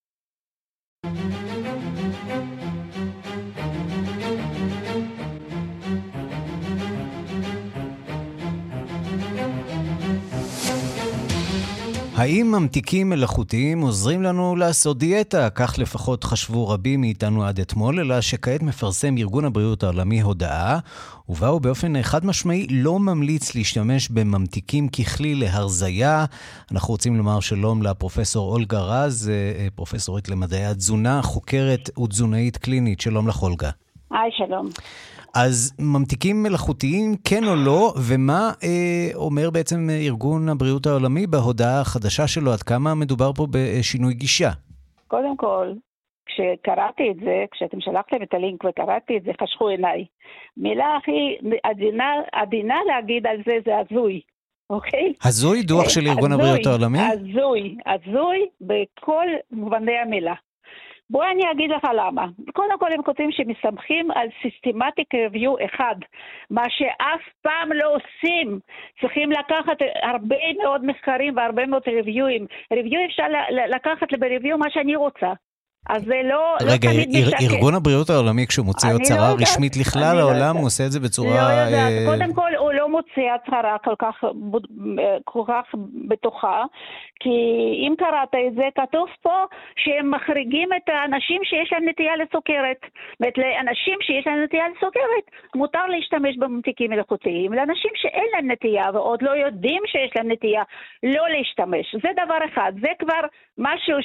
האם ממתיקים מלאכותיים עוזרים לנו לעשות דיאטה? כך לפחות חשבו רבים מאיתנו עד אתמול, אלא שכעת מפרסם ארגון הבריאות העולמי הודעה, ובה הוא באופן חד משמעי לא ממליץ להשתמש בממתיקים ככלי להרזיה. אנחנו רוצים לומר שלום לפרופסור אולגה רז, פרופסורית למדעי התזונה, חוקרת ותזונאית קלינית. שלום לך אולגה. היי, שלום. אז ממתיקים מלאכותיים, כן או לא, ומה אה, אומר בעצם ארגון הבריאות העולמי בהודעה החדשה שלו, עד כמה מדובר פה בשינוי גישה? קודם כל, כשקראתי את זה, כשאתם שלחתם את הלינק וקראתי את זה, חשכו עיניי. מילה הכי עדינה, עדינה להגיד על זה, זה הזוי, אוקיי? הזוי, דוח של ארגון הזוי, הבריאות העולמי? הזוי, הזוי בכל מובני המילה. בואי אני אגיד לך למה. קודם כל הם כותבים שמסמכים על systematic review אחד, מה שאף פעם לא עושים. צריכים לקחת הרבה מאוד מחקרים והרבה מאוד ריוויואים. ריוויו אפשר לקחת בריוויו מה שאני רוצה. אז זה לא... רגע, לא תמיד משקר. ארגון הבריאות העולמי כשהוא מוציא הצהרה לא רשמית לכלל העולם, הוא עושה את זה בצורה... לא יודעת, קודם כל הוא לא מוציא הצהרה כל כך, כל כך בתוכה, כי אם קראת את זה, כתוב פה שהם מחריגים את האנשים שיש להם נטייה לסוכרת. ואת לאנשים שיש להם נטייה לסוכרת, מותר להשתמש בממתיקים מלאכותיים. לאנשים שאין להם נטייה ועוד לא יודעים שיש להם נטייה, לא להשתמש. זה דבר אחד, זה כבר משהו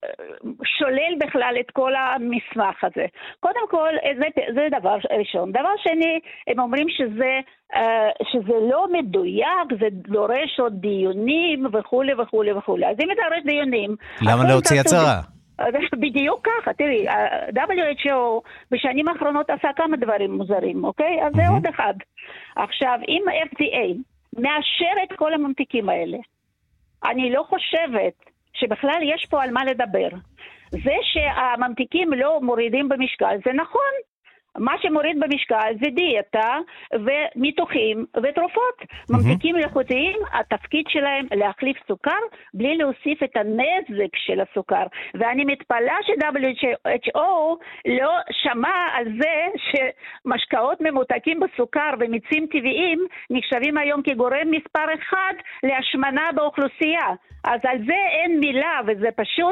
ששולל בכלל את כל המסמך הזה. קודם כל, זה, זה דבר ראשון. דבר שני, הם אומרים שזה, שזה לא מדויק, זה דורש עוד דיונים וכו' וכו' וכו'. אז אם דורש דיונים... למה להוציא הצהרה? בדיוק ככה, תראי, דאבליו אייץ' או בשנים האחרונות עשה כמה דברים מוזרים, אוקיי? אז זה עוד אחד. עכשיו, אם ה-אף די איי מאשר את כל הממתיקים האלה, אני לא חושבת שבכלל יש פה על מה לדבר. זה שהממתיקים לא מורידים במשקל, זה נכון, מה שמוריד במשקל זה דיאטה ומיתוחים ותרופות. Mm-hmm. ממתיקים מלאכותיים, התפקיד שלהם להחליף סוכר בלי להוסיף את הנזק של הסוכר. ואני מתפלאה ש-דאבליו אייץ' או לא שמע על זה שמשקאות ממותקים בסוכר ומיצים טבעיים נחשבים היום כגורם מספר אחד להשמנה באוכלוסייה. אז על זה אין מילה, וזה פשוט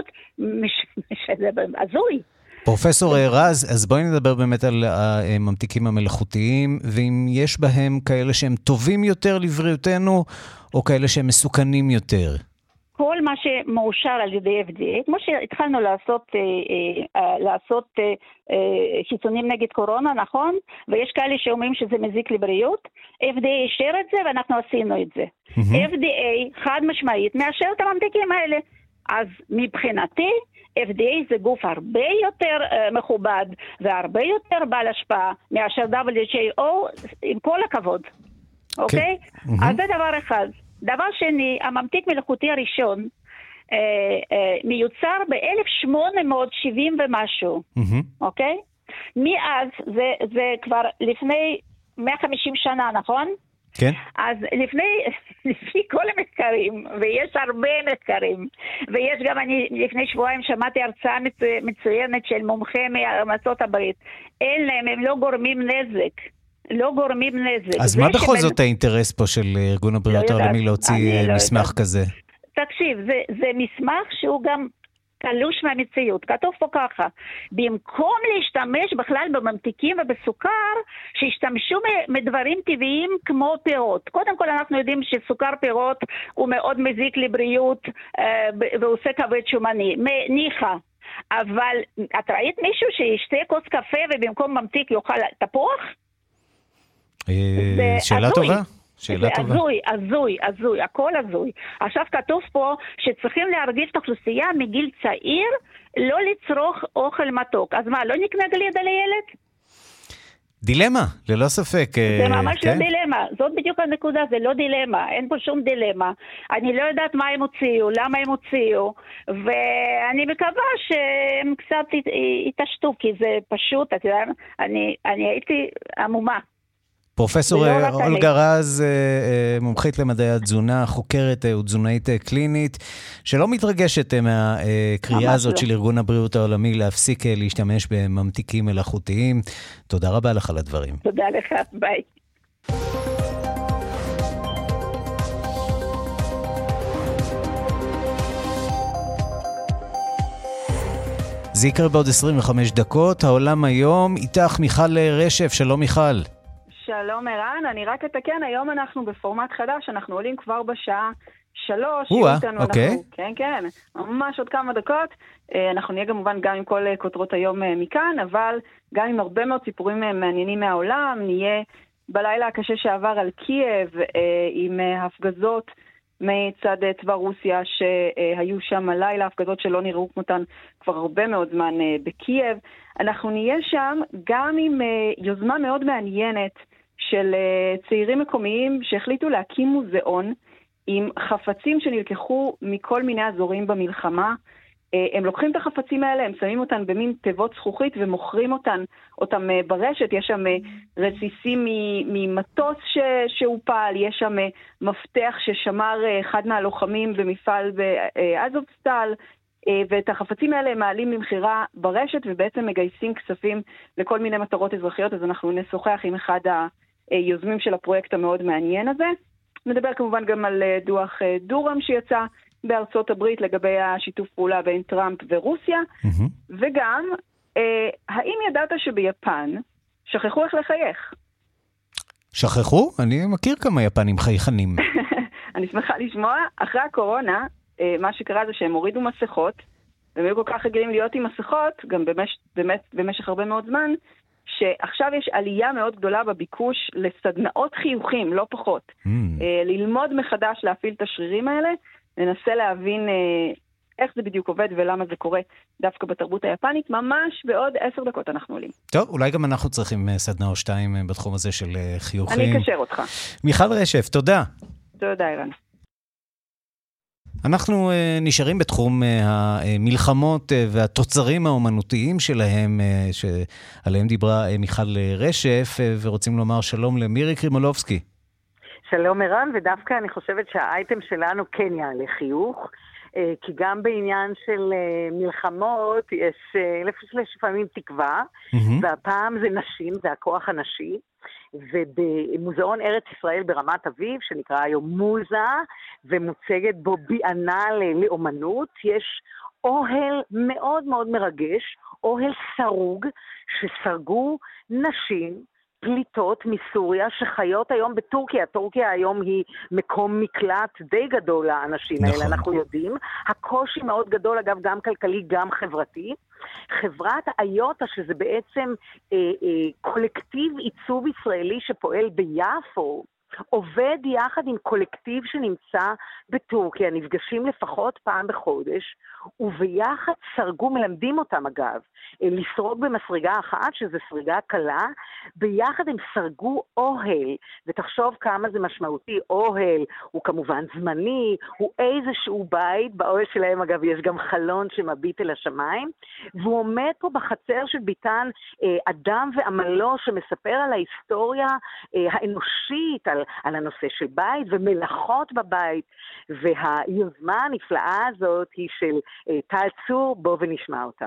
זה הזוי. פרופסור רז, אז בואי נדבר באמת על הממתיקים המלאכותיים, ואם יש בהם כאלה שהם טובים יותר לבריאותנו, או כאלה שהם מסוכנים יותר. כל מה שמאושר על ידי אף די איי, כמו שהתחלנו לעשות, אה, אה, לעשות אה, אה, חיסונים נגד קורונה, נכון? ויש כאלה שאומרים שזה מזיק לבריאות, אף די איי אישר את זה ואנחנו עשינו את זה. Mm-hmm. אף די איי חד משמעית מאשר את הממתיקים האלה. אז מבחינתי, אף די איי זה גוף הרבה יותר uh, מכובד והרבה יותר בעל השפעה מאשר דאבליו אייץ' או, עם כל הכבוד. אוקיי? Okay. Mm-hmm. אז זה דבר אחד. דבר שני, הממתיק מלאכותי הראשון אה, אה, מיוצר ב-אלף שמונה מאות שבעים ומשהו. Mm-hmm. אוקיי? מאז, זה, זה כבר לפני מאה וחמישים שנה, נכון? כן. אז לפני, לפי כל המחקרים, ויש הרבה מחקרים, ויש גם, אני לפני שבועיים שמעתי הרצאה מצוינת של מומחה מארצות הברית, אין להם, הם לא גורמים נזק. לא גורמים נזק. אז מה בכל זאת האינטרס פה של ארגון הבריאות העולמי להוציא מסמך כזה? תקשיב, זה, זה מסמך שהוא גם תלוש מהמציאות. כתוב פה ככה, במקום להשתמש בכלל בממתיקים ובסוכר, שהשתמשו מדברים טבעיים כמו פירות. קודם כל אנחנו יודעים שסוכר פירות הוא מאוד מזיק לבריאות, ועושה כבד שומני. ניחא. אבל את ראית מישהו שישתה כוס קפה ובמקום ממתיק יאכל תפוח? שאלה טובה. שאלה טובה. זה הזוי, הזוי, הזוי, הכל הזוי. עכשיו כתוב פה שצריכים להרגיש את האוכלוסייה מגיל צעיר לא לצרוך אוכל מתוק. אז מה, לא נקנה גלידה לילד? דילמה, ללא ספק. זה ממש לא דילמה, זאת בדיוק הנקודה, זה לא דילמה, אין פה שום דילמה. אני לא יודעת מה הם הוציאו, למה הם הוציאו, ואני מקווה שהם קצת יתעשתו, כי זה פשוט, אתה יודע, אני, אני הייתי עמומה. פרופסור אולגה רז, מומחית למדעי התזונה, חוקרת ותזונאית קלינית, שלא מתרגשת מהקריאה הזאת של ארגון הבריאות העולמי להפסיק להשתמש בממתיקים מלאכותיים. תודה רבה לך על הדברים. תודה לך, ביי. זה יקרה בעוד עשרים וחמש דקות. העולם היום, איתך מיכל רשף. שלום מיכל. שלום ערן, אני רק אתקן, היום אנחנו בפורמט חדש, אנחנו עולים כבר בשעה שלוש. וואה, אוקיי. אנחנו, כן, כן, ממש עוד כמה דקות. אנחנו נהיה כמובן גם עם כל כותרות היום מכאן, אבל גם עם הרבה מאוד סיפורים מעניינים מהעולם. נהיה בלילה הקשה שעבר על קייב, עם הפגזות מצד צבא רוסיה שהיו שם הלילה, הפגזות שלא נראו כמותן כבר הרבה מאוד זמן בקייב. אנחנו נהיה שם גם עם יוזמה מאוד מעניינת של צעירים מקומיים שהחליטו להקים מוזיאון עם חפצים שנלקחו מכל מיני אזורים במלחמה. הם לוקחים את החפצים האלה, הם שמים אותן במין תיבות זכוכית ומוכרים אותן, אותם ברשת. יש שם רסיסים ממטוס שהופל, יש שם מפתח ששמר אחד מהלוחמים במפעל באזובסטל, ואת החפצים האלה הם מעלים למחירה ברשת ובעצם מגייסים כספים לכל מיני מטרות אזרחיות. אז אנחנו נשוחח עם אחד היוזמים של הפרויקט המאוד מעניין הזה. נדבר כמובן גם על דוח דורם שיצא בארצות הברית לגבי השיתוף פעולה בין טראמפ ורוסיה, mm-hmm. וגם אה, האם ידעת שביפן שכחו איך לחייך? שכחו? אני מכיר כמה יפנים חייכנים. אני שמחה לשמוע. אחרי הקורונה, אה, מה שקרה זה שהם הורידו מסכות, והם היו כל כך רגילים להיות עם מסכות, גם במש, באמת, במשך הרבה מאוד זמן, שעכשיו יש עלייה מאוד גדולה בביקוש לסדנאות חיוכים, לא פחות. Mm. אה, ללמוד מחדש להפעיל את השרירים האלה, ננסה להבין אה, איך זה בדיוק עובד ולמה זה קורה דווקא בתרבות היפנית. ממש בעוד עשר דקות אנחנו עולים. טוב, אולי גם אנחנו צריכים סדנה או שתיים בתחום הזה של חיוכים. אני אקשר אותך. מיכל רשף, תודה. תודה, אירן. אנחנו uh, נשארים בתחום uh, המלחמות uh, והתוצרים האומנותיים שלהם, uh, שעליהם דיברה uh, מיכל רשף, uh, ורוצים לומר שלום למירי קרימולובסקי. שלום ערן, ודווקא אני חושבת שהאייטם שלנו כן יעלה חיוך, uh, כי גם בעניין של uh, מלחמות יש uh, לפעמים תקווה, mm-hmm. והפעם זה נשים, זה הכוח הנשי. ובמוזיאון ארץ ישראל ברמת אביב, שנקרא היום מוזה, ומוצגת בו ביענה לאומנות, יש אוהל מאוד מאוד מרגש, אוהל סרוג, שסרגו נשים פליטות מסוריה שחיות היום בטורקיה. טורקיה היום היא מקום מקלט די גדול לאנשים האלה, נכון. אנחנו יודעים. הקושי מאוד גדול, אגב, גם כלכלי, גם חברתי. חברת איוטה, שזה בעצם אה, אה, קולקטיב עיצוב ישראלי שפועל ביפו, עובד יחד עם קולקטיב שנמצא בטורקיה, נפגשים לפחות פעם בחודש, וביחד סרגו, מלמדים אותם אגב, לסרוג במסריגה אחת, שזה סריגה קלה, ביחד הם סרגו אוהל, ותחשוב כמה זה משמעותי, אוהל הוא כמובן זמני, הוא איזשהו בית, באוהל שלהם אגב יש גם חלון שמביט אל השמיים, והוא עומד פה בחצר של ביתן אדם ועמלו, שמספר על ההיסטוריה האנושית, על, על הנושא של בית ומלאכות בבית, והיוזמה הנפלאה הזאת היא של טל צור, בוא ונשמע אותה.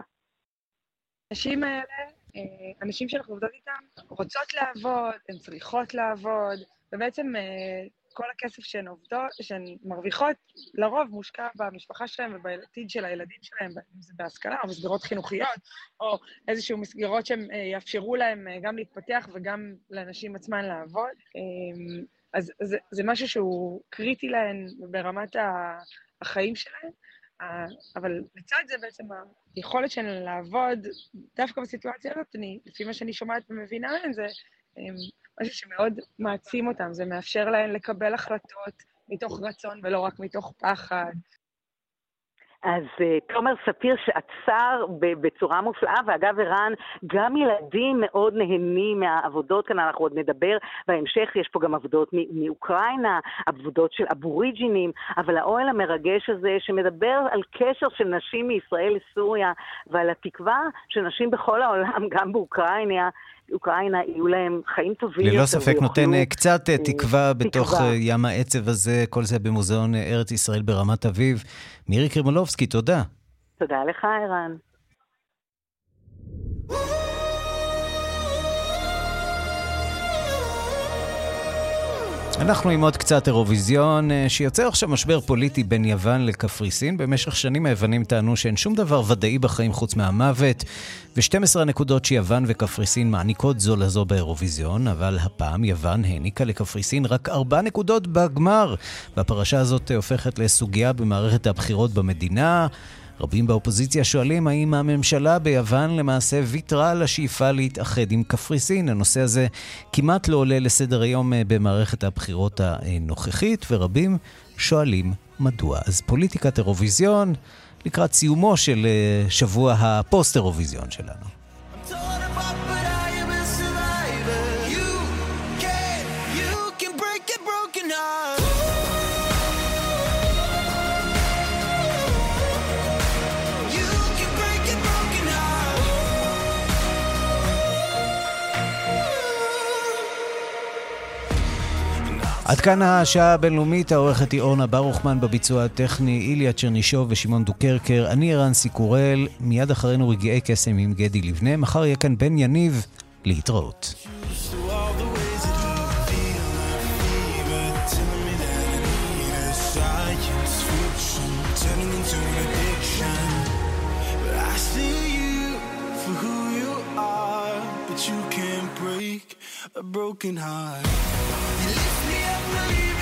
הנשים האלה, אנשים שאנחנו עובדות איתם, רוצות לעבוד, הן צריכות לעבוד, ובעצם כל הכסף שהן עובדות, שהן מרוויחות, לרוב מושקע במשפחה שלהם ובעתיד של הילדים שלהם, אם זה בהשכלה או מסגרות חינוכיות, או איזשהו מסגרות שהם יאפשרו להם גם להתפתח וגם לאנשים עצמן לעבוד. אז זה, זה משהו שהוא קריטי להן ברמת החיים שלהם, אבל לצד זה בעצם היכולת שלנו לעבוד דווקא בסיטואציה הזאת, אני, לפי מה שאני שומעת ומבינה להן, זה משהו שמאוד מעצים אותם, זה מאפשר להן לקבל החלטות מתוך רצון ולא רק מתוך פחד. אז תומר ספיר שעצר בצורה מופלאה, ואגב ערן, גם ילדים מאוד נהנים מהעבודות כאן, אנחנו עוד נדבר בהמשך, יש פה גם עבודות מאוקראינה, עבודות של אבוריג'ינים, אבל האוהל המרגש הזה שמדבר על קשר של נשים מישראל לסוריה, ועל התקווה שנשים בכל העולם, גם באוקראינה, אוקראינה, יהיו להם חיים טובים. ללא ספק נותן קצת תקווה בתוך ים העצב הזה, כל זה במוזיאון ארץ ישראל ברמת אביב. מירי קרימולובסקי, תודה. תודה לך, ערן. אנחנו עם עוד קצת אירוויזיון, שיוצר עכשיו משבר פוליטי בין יוון לקפריסין. במשך שנים היוונים טענו שאין שום דבר ודאי בחיים חוץ מהמוות, ו-שתים עשרה הנקודות שיוון וקפריסין מעניקות זו לזו באירוויזיון, אבל הפעם יוון העניקה לקפריסין רק ארבע נקודות בגמר, והפרשה הזאת הופכת לסוגיה במערכת הבחירות במדינה. רבים באופוזיציה שואלים האם הממשלה ביוון למעשה ויתרה על השאיפה להתאחד עם קפריסין. הנושא הזה כמעט לא עולה לסדר היום במערכת הבחירות הנוכחית, ורבים שואלים מדוע. אז פוליטיקת אירוויזיון לקראת סיומו של שבוע הפוסט אירוויזיון שלנו. עד כאן השעה הבינלאומית, העורכת היא אורנה ברוכמן, בביצוע הטכני איליה צ'רנישוב ושמעון דוקרקר, אני ערן סיקורל, מיד אחרינו רגעי קסם עם גדי לבנה, מחר יהיה כאן בן יניב, להתראות. A broken heart. You lift me up, believe